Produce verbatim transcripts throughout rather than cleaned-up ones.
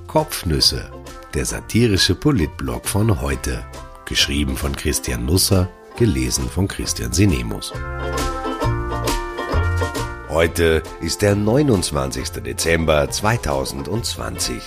Kopfnüsse, der satirische Politblog von heute. Geschrieben von Christian Nusser, gelesen von Christian Sinemus. Heute ist der neunundzwanzigster Dezember zweitausendzwanzig.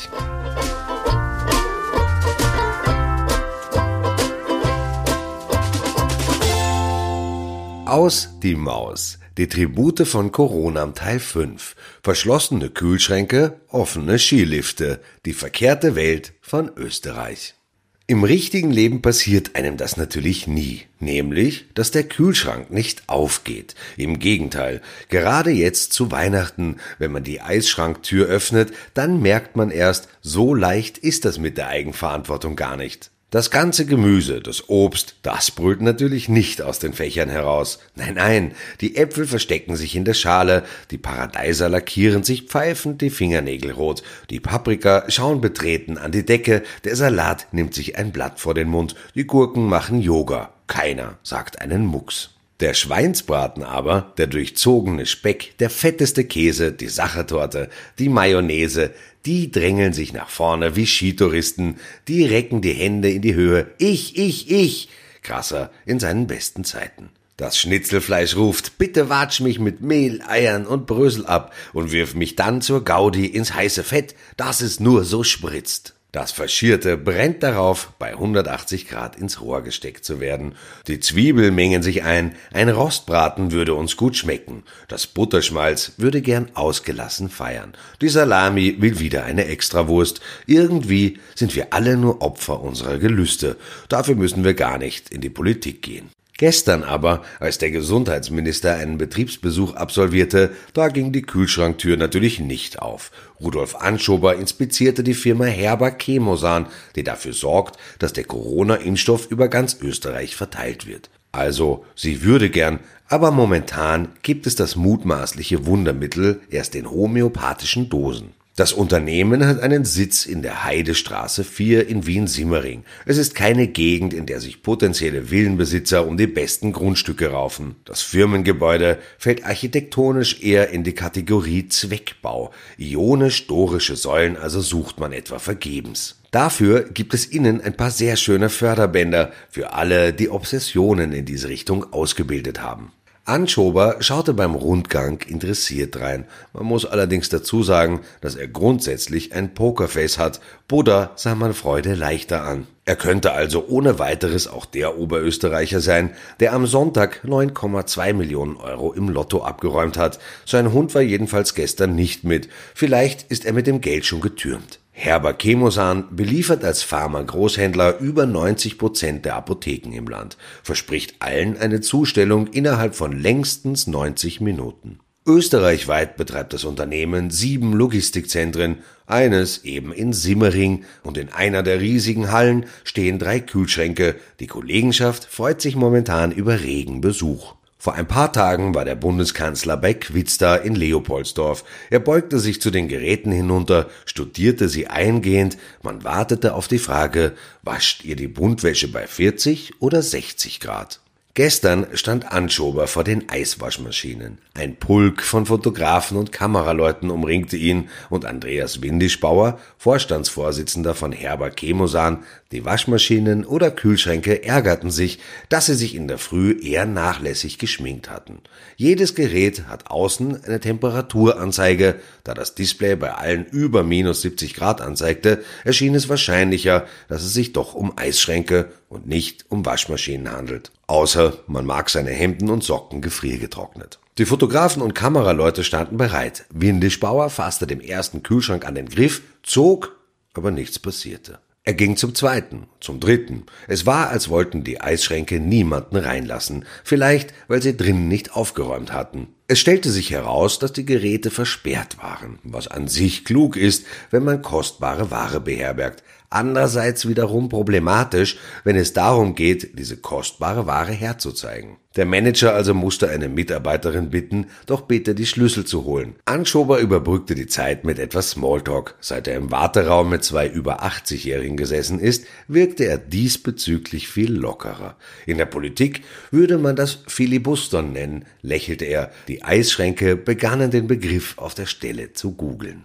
Aus die Maus. Die Tribute von Corona Teil fünf. Verschlossene Kühlschränke, offene Skilifte. Die verkehrte Welt von Österreich. Im richtigen Leben passiert einem das natürlich nie. Nämlich, dass der Kühlschrank nicht aufgeht. Im Gegenteil, gerade jetzt zu Weihnachten, wenn man die Eisschranktür öffnet, dann merkt man erst, so leicht ist das mit der Eigenverantwortung gar nicht. Das ganze Gemüse, das Obst, das brüllt natürlich nicht aus den Fächern heraus. Nein, nein, die Äpfel verstecken sich in der Schale, die Paradeiser lackieren sich pfeifend die Fingernägel rot, die Paprika schauen betreten an die Decke, der Salat nimmt sich ein Blatt vor den Mund, die Gurken machen Yoga. Keiner sagt einen Mucks. Der Schweinsbraten aber, der durchzogene Speck, der fetteste Käse, die Sachertorte, die Mayonnaise, die drängeln sich nach vorne wie Skitouristen, die recken die Hände in die Höhe. Ich, ich, ich! Krasser in seinen besten Zeiten. Das Schnitzelfleisch ruft, bitte watsch mich mit Mehl, Eiern und Brösel ab und wirf mich dann zur Gaudi ins heiße Fett, dass es nur so spritzt. Das Faschierte brennt darauf, bei hundertachtzig Grad ins Rohr gesteckt zu werden. Die Zwiebeln mengen sich ein, ein Rostbraten würde uns gut schmecken. Das Butterschmalz würde gern ausgelassen feiern. Die Salami will wieder eine Extrawurst. Irgendwie sind wir alle nur Opfer unserer Gelüste. Dafür müssen wir gar nicht in die Politik gehen. Gestern aber, als der Gesundheitsminister einen Betriebsbesuch absolvierte, da ging die Kühlschranktür natürlich nicht auf. Rudolf Anschober inspizierte die Firma Herber Chemosan, die dafür sorgt, dass der Corona-Impfstoff über ganz Österreich verteilt wird. Also, sie würde gern, aber momentan gibt es das mutmaßliche Wundermittel erst in homöopathischen Dosen. Das Unternehmen hat einen Sitz in der Heidestraße vier in Wien-Simmering. Es ist keine Gegend, in der sich potenzielle Villenbesitzer um die besten Grundstücke raufen. Das Firmengebäude fällt architektonisch eher in die Kategorie Zweckbau. Ionisch-dorische Säulen also sucht man etwa vergebens. Dafür gibt es innen ein paar sehr schöne Förderbänder für alle, die Obsessionen in diese Richtung ausgebildet haben. Anschober schaute beim Rundgang interessiert rein. Man muss allerdings dazu sagen, dass er grundsätzlich ein Pokerface hat. Buddha sah man Freude leichter an. Er könnte also ohne weiteres auch der Oberösterreicher sein, der am Sonntag neun Komma zwei Millionen Euro im Lotto abgeräumt hat. Sein Hund war jedenfalls gestern nicht mit. Vielleicht ist er mit dem Geld schon getürmt. Herber Chemosan beliefert als Pharma-Großhändler über neunzig Prozent der Apotheken im Land, verspricht allen eine Zustellung innerhalb von längstens neunzig Minuten. Österreichweit betreibt das Unternehmen sieben Logistikzentren, eines eben in Simmering, und in einer der riesigen Hallen stehen drei Kühlschränke. Die Kollegenschaft freut sich momentan über regen Besuch. Vor ein paar Tagen war der Bundeskanzler bei Quidsta in Leopoldsdorf. Er beugte sich zu den Geräten hinunter, studierte sie eingehend. Man wartete auf die Frage, wascht ihr die Buntwäsche bei vierzig oder sechzig Grad? Gestern stand Anschober vor den Eiswaschmaschinen. Ein Pulk von Fotografen und Kameraleuten umringte ihn und Andreas Windischbauer, Vorstandsvorsitzender von Herber Chemosan, die Waschmaschinen oder Kühlschränke ärgerten sich, dass sie sich in der Früh eher nachlässig geschminkt hatten. Jedes Gerät hat außen eine Temperaturanzeige. Da das Display bei allen über minus siebzig Grad anzeigte, erschien es wahrscheinlicher, dass es sich doch um Eisschränke und nicht um Waschmaschinen handelt. Außer man mag seine Hemden und Socken gefriergetrocknet. Die Fotografen und Kameraleute standen bereit. Windischbauer fasste dem ersten Kühlschrank an den Griff, zog, aber nichts passierte. Er ging zum zweiten, zum dritten. Es war, als wollten die Eisschränke niemanden reinlassen, vielleicht, weil sie drinnen nicht aufgeräumt hatten. Es stellte sich heraus, dass die Geräte versperrt waren, was an sich klug ist, wenn man kostbare Ware beherbergt. Andererseits wiederum problematisch, wenn es darum geht, diese kostbare Ware herzuzeigen. Der Manager also musste eine Mitarbeiterin bitten, doch bitte die Schlüssel zu holen. Anschober überbrückte die Zeit mit etwas Smalltalk. Seit er im Warteraum mit zwei über achtzig-Jährigen gesessen ist, wirkte er diesbezüglich viel lockerer. In der Politik würde man das Filibustern nennen, lächelte er. Die Eisschränke begannen den Begriff auf der Stelle zu googeln.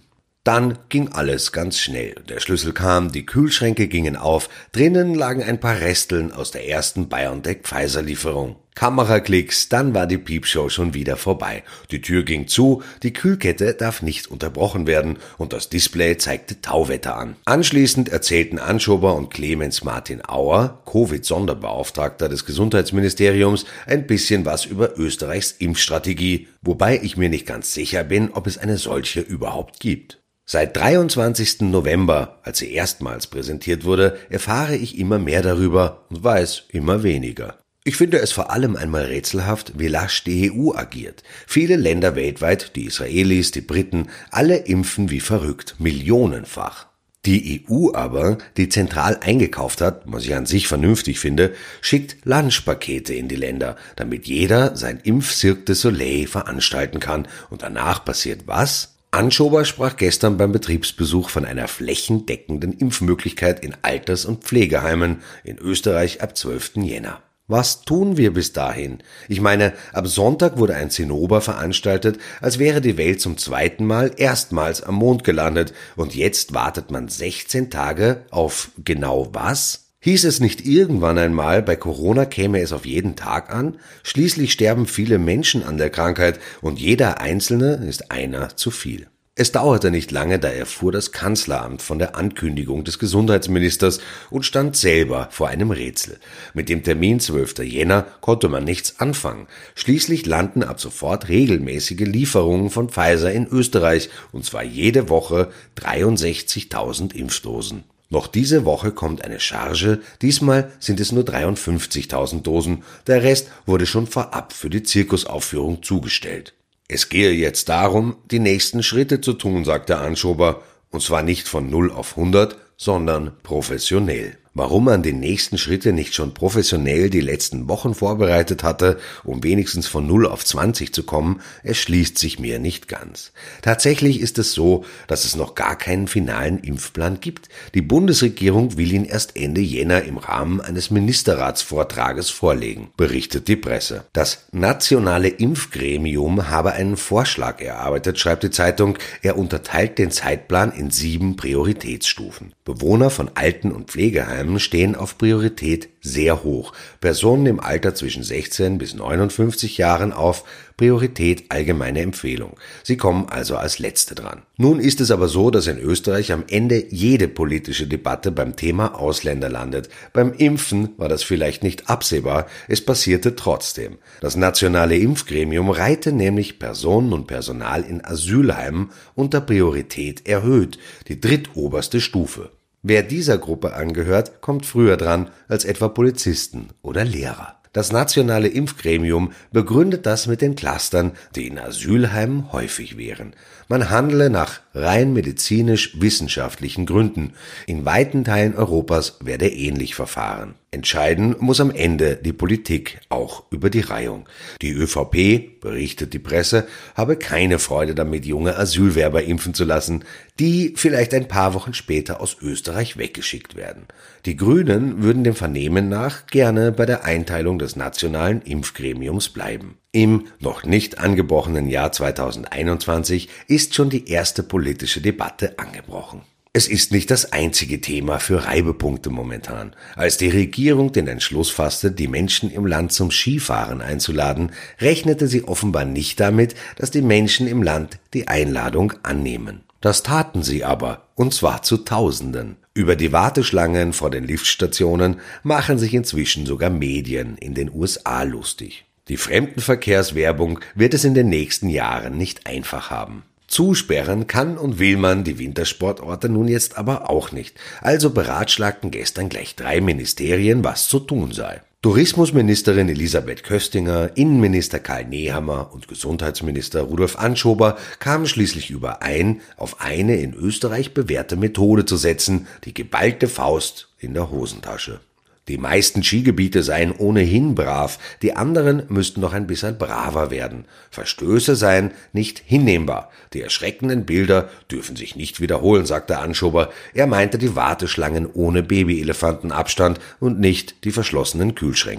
Dann ging alles ganz schnell. Der Schlüssel kam, die Kühlschränke gingen auf, drinnen lagen ein paar Resteln aus der ersten BioNTech-Pfizer-Lieferung. Kameraklicks, dann war die Piepshow schon wieder vorbei. Die Tür ging zu, die Kühlkette darf nicht unterbrochen werden und das Display zeigte Tauwetter an. Anschließend erzählten Anschober und Clemens Martin Auer, Covid-Sonderbeauftragter des Gesundheitsministeriums, ein bisschen was über Österreichs Impfstrategie, wobei ich mir nicht ganz sicher bin, ob es eine solche überhaupt gibt. Seit dreiundzwanzigsten November, als sie erstmals präsentiert wurde, erfahre ich immer mehr darüber und weiß immer weniger. Ich finde es vor allem einmal rätselhaft, wie lasch die E U agiert. Viele Länder weltweit, die Israelis, die Briten, alle impfen wie verrückt, millionenfach. Die E U aber, die zentral eingekauft hat, was ich an sich vernünftig finde, schickt Lunchpakete in die Länder, damit jeder sein Impf-Cirque du Soleil veranstalten kann. Und danach passiert was? Anschober sprach gestern beim Betriebsbesuch von einer flächendeckenden Impfmöglichkeit in Alters- und Pflegeheimen in Österreich ab zwölften Jänner. Was tun wir bis dahin? Ich meine, ab Sonntag wurde ein Zinnober veranstaltet, als wäre die Welt zum zweiten Mal erstmals am Mond gelandet und jetzt wartet man sechzehn Tage auf genau was? Hieß es nicht irgendwann einmal, bei Corona käme es auf jeden Tag an? Schließlich sterben viele Menschen an der Krankheit und jeder Einzelne ist einer zu viel. Es dauerte nicht lange, da erfuhr das Kanzleramt von der Ankündigung des Gesundheitsministers und stand selber vor einem Rätsel. Mit dem Termin zwölften Jänner konnte man nichts anfangen. Schließlich landen ab sofort regelmäßige Lieferungen von Pfizer in Österreich, und zwar jede Woche dreiundsechzigtausend Impfdosen. Noch diese Woche kommt eine Charge, diesmal sind es nur dreiundfünfzigtausend Dosen, der Rest wurde schon vorab für die Zirkusaufführung zugestellt. Es gehe jetzt darum, die nächsten Schritte zu tun, sagte Anschober, und zwar nicht von null auf hundert, sondern professionell. Warum man die nächsten Schritte nicht schon professionell die letzten Wochen vorbereitet hatte, um wenigstens von null auf zwanzig zu kommen, erschließt sich mir nicht ganz. Tatsächlich ist es so, dass es noch gar keinen finalen Impfplan gibt. Die Bundesregierung will ihn erst Ende Jänner im Rahmen eines Ministerratsvortrages vorlegen, berichtet die Presse. Das nationale Impfgremium habe einen Vorschlag erarbeitet, schreibt die Zeitung. Er unterteilt den Zeitplan in sieben Prioritätsstufen. Bewohner von Alten- und Pflegeheimen stehen auf Priorität sehr hoch. Personen im Alter zwischen sechzehn bis neunundfünfzig Jahren auf Priorität allgemeine Empfehlung. Sie kommen also als Letzte dran. Nun ist es aber so, dass in Österreich am Ende jede politische Debatte beim Thema Ausländer landet. Beim Impfen war das vielleicht nicht absehbar, es passierte trotzdem. Das nationale Impfgremium reihte nämlich Personen und Personal in Asylheimen unter Priorität erhöht, die drittoberste Stufe. Wer dieser Gruppe angehört, kommt früher dran als etwa Polizisten oder Lehrer. Das nationale Impfgremium begründet das mit den Clustern, die in Asylheimen häufig wären. Man handle nach rein medizinisch-wissenschaftlichen Gründen. In weiten Teilen Europas werde ähnlich verfahren. Entscheiden muss am Ende die Politik, auch über die Reihung. Die ÖVP, berichtet die Presse, habe keine Freude damit, junge Asylwerber impfen zu lassen, die vielleicht ein paar Wochen später aus Österreich weggeschickt werden. Die Grünen würden dem Vernehmen nach gerne bei der Einteilung des nationalen Impfgremiums bleiben. Im noch nicht angebrochenen Jahr zweitausendeinundzwanzig ist schon die erste politische Debatte angebrochen. Es ist nicht das einzige Thema für Reibepunkte momentan. Als die Regierung den Entschluss fasste, die Menschen im Land zum Skifahren einzuladen, rechnete sie offenbar nicht damit, dass die Menschen im Land die Einladung annehmen. Das taten sie aber, und zwar zu Tausenden. Über die Warteschlangen vor den Liftstationen machen sich inzwischen sogar Medien in den U S A lustig. Die Fremdenverkehrswerbung wird es in den nächsten Jahren nicht einfach haben. Zusperren kann und will man die Wintersportorte nun jetzt aber auch nicht. Also beratschlagten gestern gleich drei Ministerien, was zu tun sei. Tourismusministerin Elisabeth Köstinger, Innenminister Karl Nehammer und Gesundheitsminister Rudolf Anschober kamen schließlich überein, auf eine in Österreich bewährte Methode zu setzen, die geballte Faust in der Hosentasche. Die meisten Skigebiete seien ohnehin brav, die anderen müssten noch ein bisschen braver werden. Verstöße seien nicht hinnehmbar. Die erschreckenden Bilder dürfen sich nicht wiederholen, sagte Anschober. Er meinte die Warteschlangen ohne Babyelefantenabstand und nicht die verschlossenen Kühlschränke.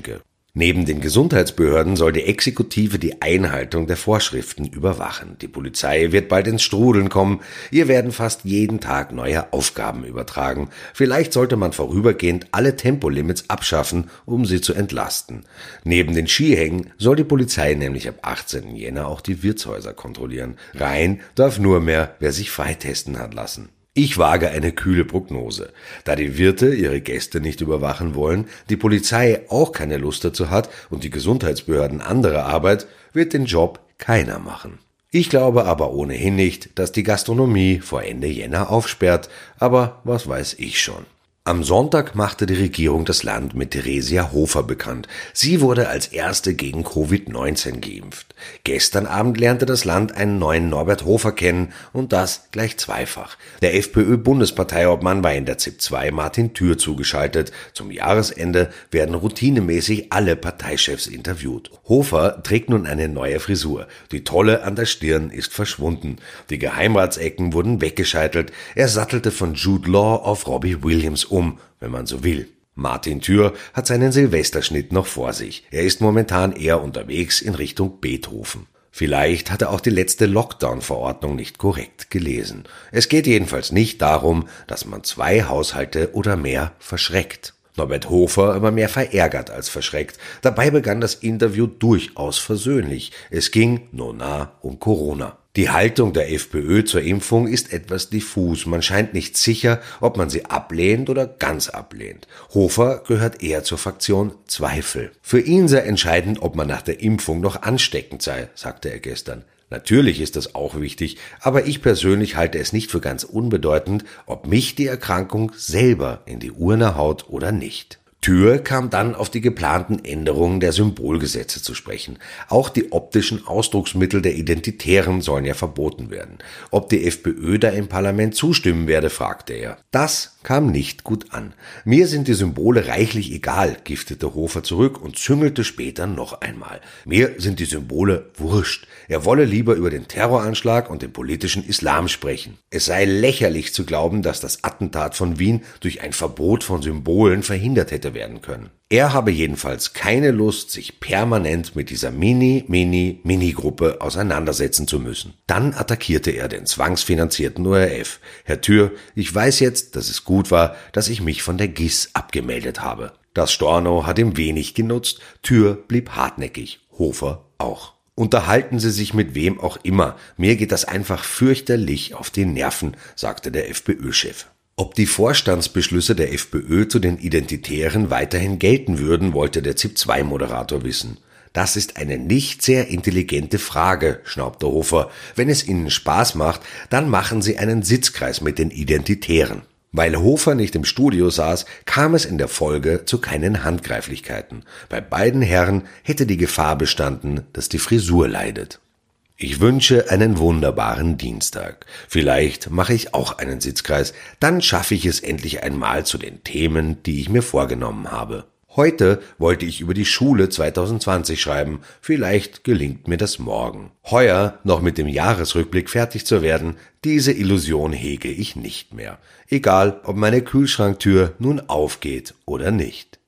Neben den Gesundheitsbehörden soll die Exekutive die Einhaltung der Vorschriften überwachen. Die Polizei wird bald ins Strudeln kommen. Ihr werden fast jeden Tag neue Aufgaben übertragen. Vielleicht sollte man vorübergehend alle Tempolimits abschaffen, um sie zu entlasten. Neben den Skihängen soll die Polizei nämlich ab achtzehnten Jänner auch die Wirtshäuser kontrollieren. Rein darf nur mehr, wer sich freitesten hat lassen. Ich wage eine kühle Prognose. Da die Wirte ihre Gäste nicht überwachen wollen, die Polizei auch keine Lust dazu hat und die Gesundheitsbehörden andere Arbeit, wird den Job keiner machen. Ich glaube aber ohnehin nicht, dass die Gastronomie vor Ende Jänner aufsperrt, aber was weiß ich schon. Am Sonntag machte die Regierung das Land mit Theresia Hofer bekannt. Sie wurde als erste gegen Covid neunzehn geimpft. Gestern Abend lernte das Land einen neuen Norbert Hofer kennen und das gleich zweifach. Der FPÖ-Bundesparteiobmann war in der Z I P zwei Martin Thür zugeschaltet. Zum Jahresende werden routinemäßig alle Parteichefs interviewt. Hofer trägt nun eine neue Frisur. Die Tolle an der Stirn ist verschwunden. Die Geheimratsecken wurden weggescheitelt. Er sattelte von Jude Law auf Robbie Williams um, wenn man so will. Martin Thür hat seinen Silvesterschnitt noch vor sich. Er ist momentan eher unterwegs in Richtung Beethoven. Vielleicht hat er auch die letzte Lockdown-Verordnung nicht korrekt gelesen. Es geht jedenfalls nicht darum, dass man zwei Haushalte oder mehr verschreckt. Norbert Hofer war mehr verärgert als verschreckt. Dabei begann das Interview durchaus versöhnlich. Es ging, nona, um Corona. Die Haltung der FPÖ zur Impfung ist etwas diffus. Man scheint nicht sicher, ob man sie ablehnt oder ganz ablehnt. Hofer gehört eher zur Fraktion Zweifel. Für ihn sei entscheidend, ob man nach der Impfung noch ansteckend sei, sagte er gestern. Natürlich ist das auch wichtig, aber ich persönlich halte es nicht für ganz unbedeutend, ob mich die Erkrankung selber in die Urne haut oder nicht. Thür kam dann auf die geplanten Änderungen der Symbolgesetze zu sprechen. Auch die optischen Ausdrucksmittel der Identitären sollen ja verboten werden. Ob die FPÖ da im Parlament zustimmen werde, fragte er. Das kam nicht gut an. Mir sind die Symbole reichlich egal, giftete Hofer zurück und züngelte später noch einmal. Mir sind die Symbole wurscht. Er wolle lieber über den Terroranschlag und den politischen Islam sprechen. Es sei lächerlich zu glauben, dass das Attentat von Wien durch ein Verbot von Symbolen verhindert hätte werden können. Er habe jedenfalls keine Lust, sich permanent mit dieser Mini, Mini, Mini-Gruppe auseinandersetzen zu müssen. Dann attackierte er den zwangsfinanzierten O R F. Herr Thür, ich weiß jetzt, dass es gut war, dass ich mich von der G I S abgemeldet habe. Das Storno hat ihm wenig genutzt, Thür blieb hartnäckig, Hofer auch. Unterhalten Sie sich mit wem auch immer, mir geht das einfach fürchterlich auf die Nerven, sagte der FPÖ-Chef. Ob die Vorstandsbeschlüsse der FPÖ zu den Identitären weiterhin gelten würden, wollte der Z I P zwei Moderator wissen. Das ist eine nicht sehr intelligente Frage, schnaubte Hofer. Wenn es Ihnen Spaß macht, dann machen Sie einen Sitzkreis mit den Identitären. Weil Hofer nicht im Studio saß, kam es in der Folge zu keinen Handgreiflichkeiten. Bei beiden Herren hätte die Gefahr bestanden, dass die Frisur leidet. Ich wünsche einen wunderbaren Dienstag. Vielleicht mache ich auch einen Sitzkreis, dann schaffe ich es endlich einmal zu den Themen, die ich mir vorgenommen habe. Heute wollte ich über die Schule zwanzig zwanzig schreiben, vielleicht gelingt mir das morgen. Heuer noch mit dem Jahresrückblick fertig zu werden, diese Illusion hege ich nicht mehr. Egal, ob meine Kühlschranktür nun aufgeht oder nicht.